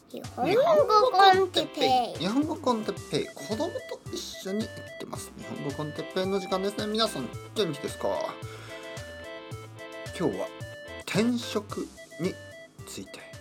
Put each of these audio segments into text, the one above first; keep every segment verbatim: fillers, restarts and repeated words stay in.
日本語コンテッペイ日本語コンテッペイ、子供と一緒に行ってます。日本語コンテッペイの時間ですね。皆さん元気ですか？今日は転職について。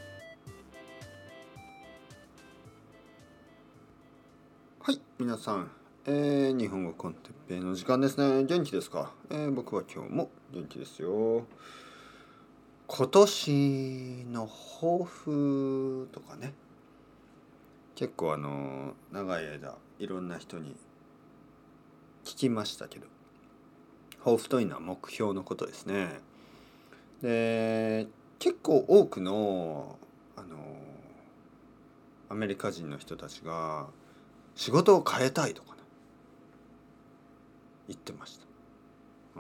はい、皆さん、えー、日本語コンテッペイの時間ですね。元気ですか？えー、僕は今日も元気ですよ。今年の抱負とかね、結構あの長い間いろんな人に聞きましたけど、抱負というのは目標のことですね。で、結構多くのあのアメリカ人の人たちが仕事を変えたいとかね言ってました。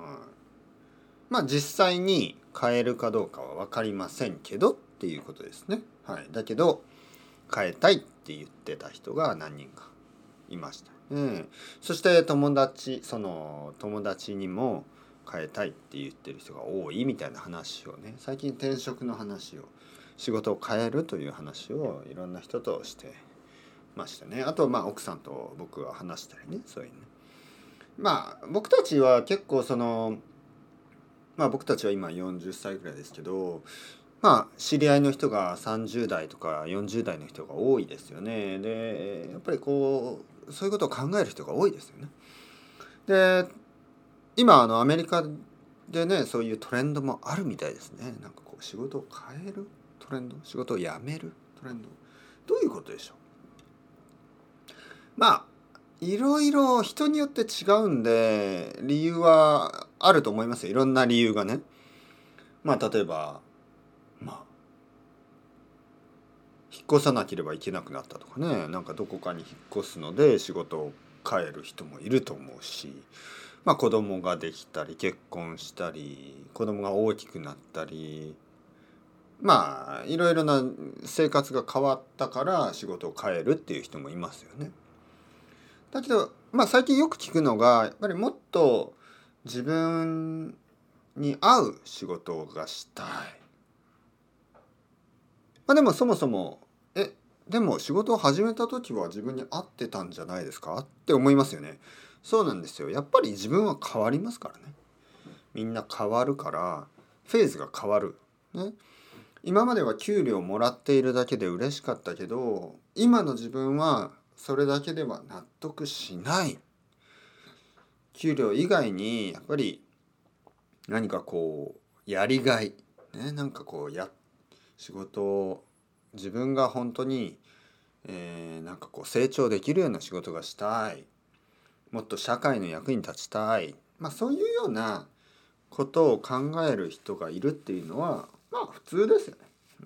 はい、まあ実際に変えるかどうかは分かりませんけどっていうことですね。はい、だけど変えたいって言ってた人が何人かいました。うん、そして友達その友達にも変えたいって言ってる人が多いみたいな話をね、最近転職の話を、仕事を変えるという話をいろんな人としてましたね。あとまあ奥さんと僕は話したりね、そういうね。まあ僕たちは結構そのまあ僕たちは今よんじゅっさいぐらいですけど、まあ知り合いの人がさんじゅう代とかよんじゅう代の人が多いですよね。でやっぱりこうそういうことを考える人が多いですよね。で今あのアメリカでね、そういうトレンドもあるみたいですね。なんかこう仕事を変えるトレンド、仕事を辞めるトレンド、どういうことでしょう。まあいろいろ人によって違うんで理由はあると思いますよ。いろんな理由がね。まあ例えばまあ引っ越さなければいけなくなったとかね、なんかどこかに引っ越すので仕事を変える人もいると思うし、まあ子供ができたり結婚したり子供が大きくなったり、まあいろいろな生活が変わったから仕事を変えるっていう人もいますよね。だけどまあ最近よく聞くのがやっぱりもっと自分に合う仕事がしたい。まあでもそもそもえでも仕事を始めた時は自分に合ってたんじゃないですかって思いますよね。そうなんですよ。やっぱり自分は変わりますからね。みんな変わるからフェーズが変わる。ね。今までは給料をもらっているだけで嬉しかったけど、今の自分はそれだけでは納得しない。給料以外にやっぱり何かこうやりがい、ね、なんかこうや仕事を自分が本当に、えー、なんかこう成長できるような仕事がしたい。もっと社会の役に立ちたい。まあそういうようなことを考える人がいるっていうのはまあ普通ですよね。うん、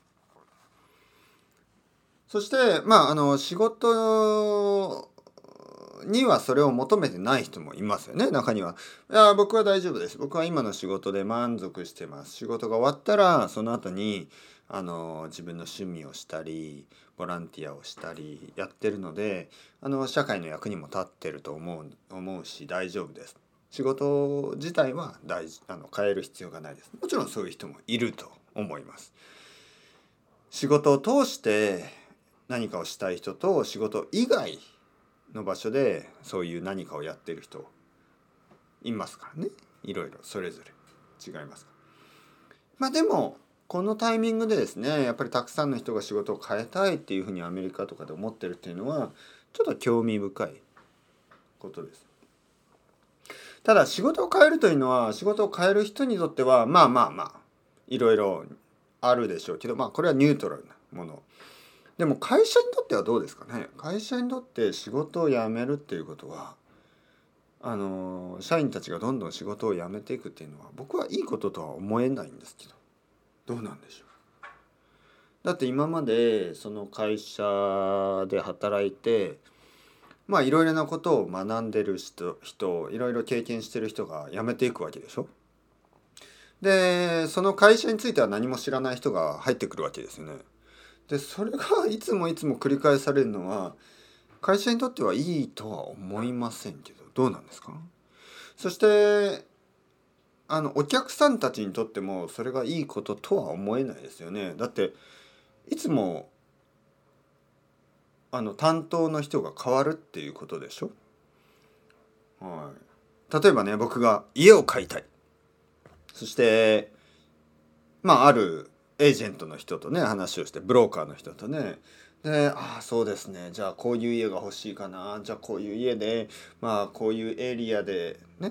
そしてまああの仕事にはそれを求めてない人もいますよね。中には。いや僕は大丈夫です。僕は今の仕事で満足してます。仕事が終わったらその後にあの自分の趣味をしたりボランティアをしたりやってるので、あの社会の役にも立ってると思う思うし大丈夫です。仕事自体は大事あの変える必要がないです。もちろんそういう人もいると思います。仕事を通して何かをしたい人と仕事以外の場所でそういう何かをやってる人いますからね。いろいろそれぞれ違いますから。まあでもこのタイミングでですね、やっぱりたくさんの人が仕事を変えたいっていうふうにアメリカとかで思ってるっていうのはちょっと興味深いことです。ただ仕事を変えるというのは仕事を変える人にとってはまあまあまあいろいろあるでしょうけど、まあこれはニュートラルなもの。でも会社にとってはどうですかね。会社にとって仕事を辞めるっていうことはあの社員たちがどんどん仕事を辞めていくっていうのは僕はいいこととは思えないんですけど、どうなんでしょう。だって今までその会社で働いてまあいろいろなことを学んでる人人いろいろ経験してる人が辞めていくわけでしょ。でその会社については何も知らない人が入ってくるわけですよね。でそれがいつもいつも繰り返されるのは会社にとってはいいとは思いませんけど、どうなんですか。そしてあのお客さんたちにとってもそれがいいこととは思えないですよね。だっていつもあの担当の人が変わるっていうことでしょ。はい、例えばね、僕が家を買いたい。そしてまああるエージェントの人とね話をして、ブローカーの人とね、で、ああそうですね、じゃあこういう家が欲しいかな、じゃあこういう家で、まあこういうエリアでね、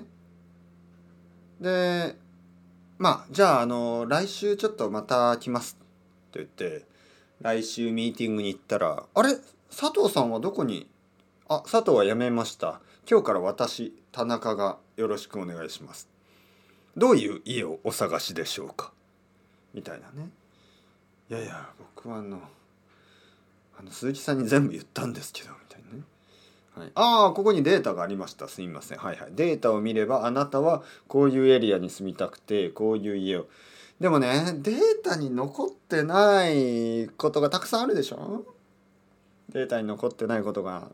でまあじゃああの来週ちょっとまた来ますって言って、来週ミーティングに行ったら、あれ佐藤さんはどこに、あ、佐藤は辞めました。今日から私、田中がよろしくお願いします。どういう家をお探しでしょうかみたいなね。いやいや、僕はあの、あの鈴木さんに全部言ったんですけど、みたいなね。はい、ああ、ここにデータがありました。すみません。はいはい。データを見れば、あなたはこういうエリアに住みたくて、こういう家を。でもね、データに残ってないことがたくさんあるでしょ。データに残ってないことが。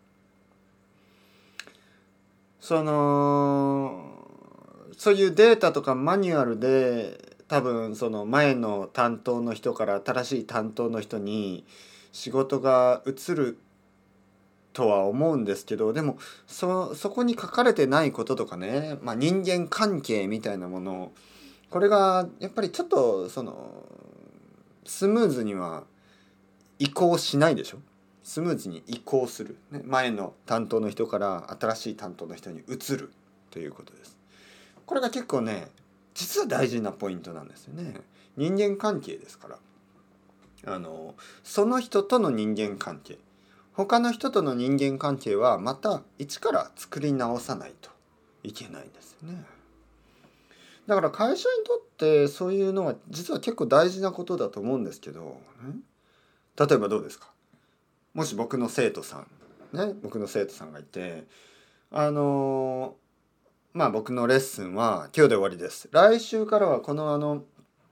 そのそういうデータとかマニュアルで多分その前の担当の人から新しい担当の人に仕事が移るとは思うんですけど、でもそそこに書かれてないこととかね、まあ、人間関係みたいなもの、これがやっぱりちょっとそのスムーズには移行しないでしょ。スムーズに移行する、ね、前の担当の人から新しい担当の人に移るということです。これが結構ね、実は大事なポイントなんですよね。人間関係ですから、あのその人との人間関係、他の人との人間関係はまた一から作り直さないといけないんですよね。だから会社にとってそういうのは実は結構大事なことだと思うんですけど、例えばどうですか。もし僕の生徒さんね、僕の生徒さんがいて、あのまあ僕のレッスンは今日で終わりです。来週からはこのあの、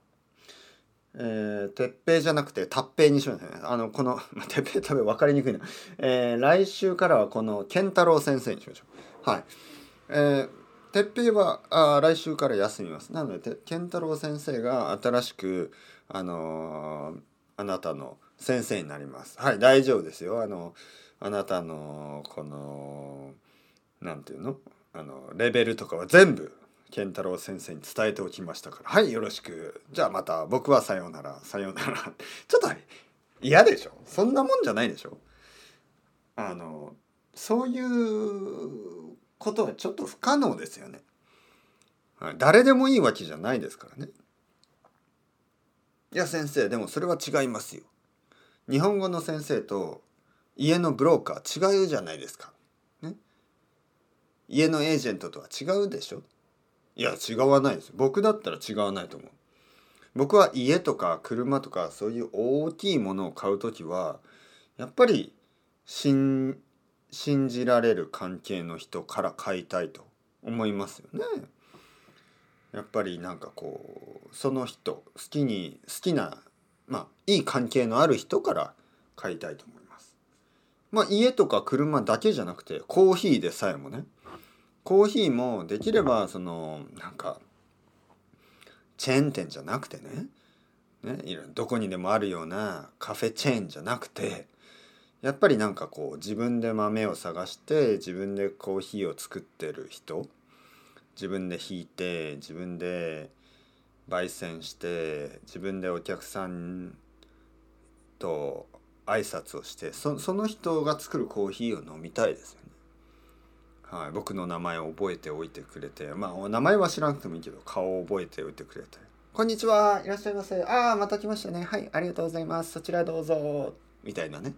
えー、鉄平じゃなくて達平にしますね。あのこの、まあ、鉄平多分分かりにくいな。えー、来週からはこの健太郎先生にしましょう。はい。えー、鉄平はあ来週から休みます。なので健太郎先生が新しくあのー、あなたの先生になります。はい、大丈夫ですよ。あのあなたのこのなんていうの、あのレベルとかは全部健太郎先生に伝えておきましたから、はいよろしく。じゃあまた僕はさようならさようならちょっと嫌でしょ。そんなもんじゃないでしょ。あのそういうことはちょっと不可能ですよね。はい、誰でもいいわけじゃないですからね。いや先生でもそれは違いますよ。日本語の先生と家のブローカー違うじゃないですか。ね、家のエージェントとは違うでしょ。いや違わないです。僕だったら違わないと思う。僕は家とか車とかそういう大きいものを買うときはやっぱり信信じられる関係の人から買いたいと思いますよね。やっぱりなんかこうその人好きに好きなまあいい関係のある人から買いたいと思います。まあ家とか車だけじゃなくてコーヒーでさえもね、コーヒーもできればそのなんかチェーン店じゃなくてね、ね、どこにでもあるようなカフェチェーンじゃなくて、やっぱりなんかこう自分で豆を探して自分でコーヒーを作ってる人、自分でひいて自分で焙煎して自分でお客さんと挨拶をして、そ, その人が作るコーヒーを飲みたいですよね。はい、僕の名前を覚えておいてくれて、まあ名前は知らなくてもいいけど顔を覚えておいてくれて、こんにちはいらっしゃいませ、ああまた来ましたね、はいありがとうございます、そちらどうぞみたいなね。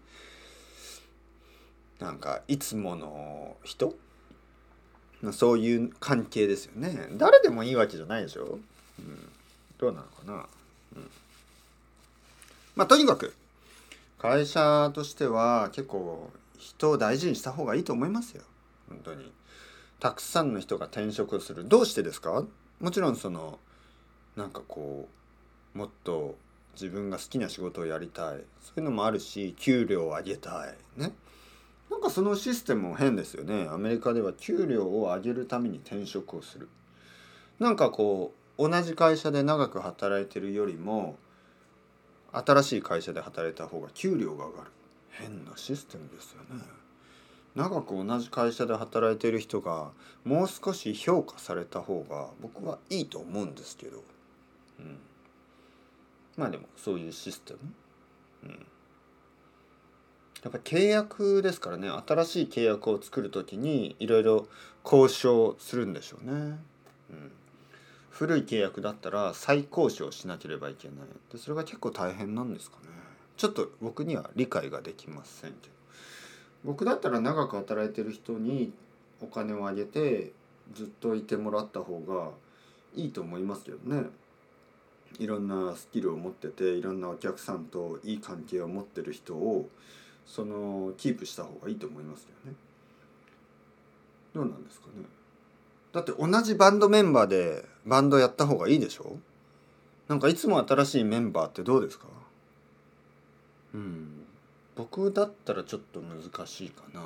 なんかいつもの人、そういう関係ですよね。誰でもいいわけじゃないでしょ、うん、どうなのかな、うん、まあとにかく会社としては結構人を大事にした方がいいと思いますよ。本当にたくさんの人が転職する。どうしてですか。もちろんそのなんかこうもっと自分が好きな仕事をやりたい、そういうのもあるし、給料を上げたいね。なんかそのシステムも変ですよね。アメリカでは給料を上げるために転職をする。なんかこう同じ会社で長く働いてるよりも新しい会社で働いた方が給料が上がる。 変なシステムですよね。長く同じ会社で働いている人がもう少し評価された方が僕はいいと思うんですけど、うん、まあでもそういうシステム、うん、やっぱ契約ですからね。新しい契約を作るときにいろいろ交渉するんでしょうね、うん、古い契約だったら再交渉しなければいけないで、それが結構大変なんですかね。ちょっと僕には理解ができませんけど、僕だったら長く働いてる人にお金をあげてずっといてもらった方がいいと思いますけどね。いろんなスキルを持ってていろんなお客さんといい関係を持ってる人をそのキープした方がいいと思いますけどね。どうなんですかね。だって同じバンドメンバーでバンドやった方がいいでしょ。なんかいつも新しいメンバーってどうですか。うん僕だったらちょっと難しいかな。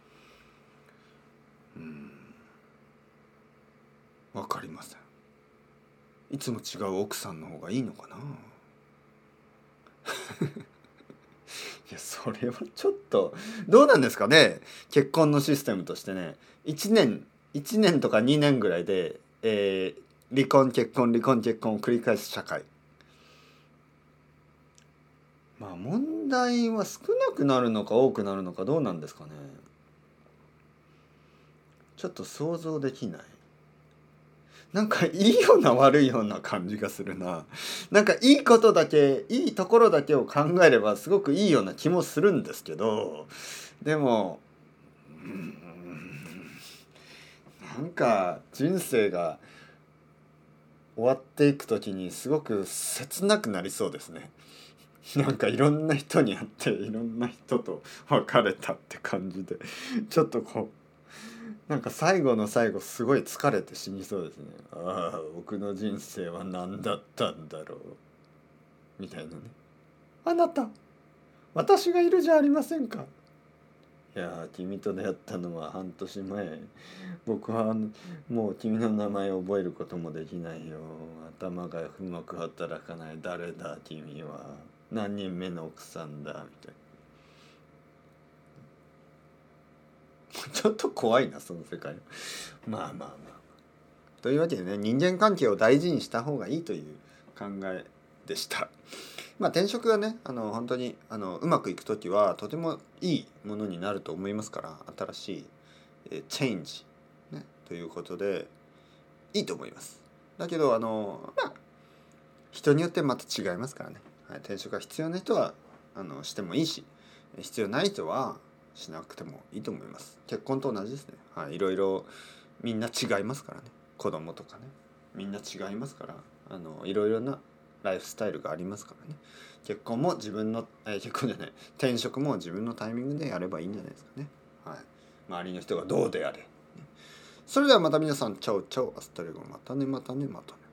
うんわかりません。いつも違う奥さんの方がいいのかな。いやそれはちょっとどうなんですかね。結婚のシステムとしてね、いちねんいちねんとかにねんぐらいで、えー、離婚結婚離婚結婚を繰り返す社会。まあ問題は少なくなるのか多くなるのかどうなんですかね。ちょっと想像できない。なんかいいような悪いような感じがするな。なんかいいことだけいいところだけを考えればすごくいいような気もするんですけど、でもうーんなんか人生が終わっていく時にすごく切なくなりそうですね。なんかいろんな人に会っていろんな人と別れたって感じでちょっとこうなんか最後の最後すごい疲れて死にそうですね。ああ僕の人生は何だったんだろうみたいなね。あなた私がいるじゃありませんか。いや君と出会ったのは半年前。僕はもう君の名前を覚えることもできないよ。頭がうまく働かない。誰だ君は。何人目の奥さんだみたいな。ちょっと怖いなその世界。まあまあまあというわけでね、人間関係を大事にした方がいいという考えでした。まあ転職がね、あの本当にあのうまくいくときはとてもいいものになると思いますから、新しい、えー、チェンジ、ね、ということでいいと思います。だけどあのまあ人によってまた違いますからね、はい、転職が必要な人はあのしてもいいし、必要ない人はしなくてもいいと思います。結婚と同じですね、はい、いろいろみんな違いますからね。子供とかねみんな違いますから、あのいろいろなライフスタイルがありますからね。結婚も自分の、えー、結婚じゃない転職も自分のタイミングでやればいいんじゃないですかね。はい、周りの人がどうであれ。それではまた皆さんチャオチャオアスタレゴまたねまたねまたね。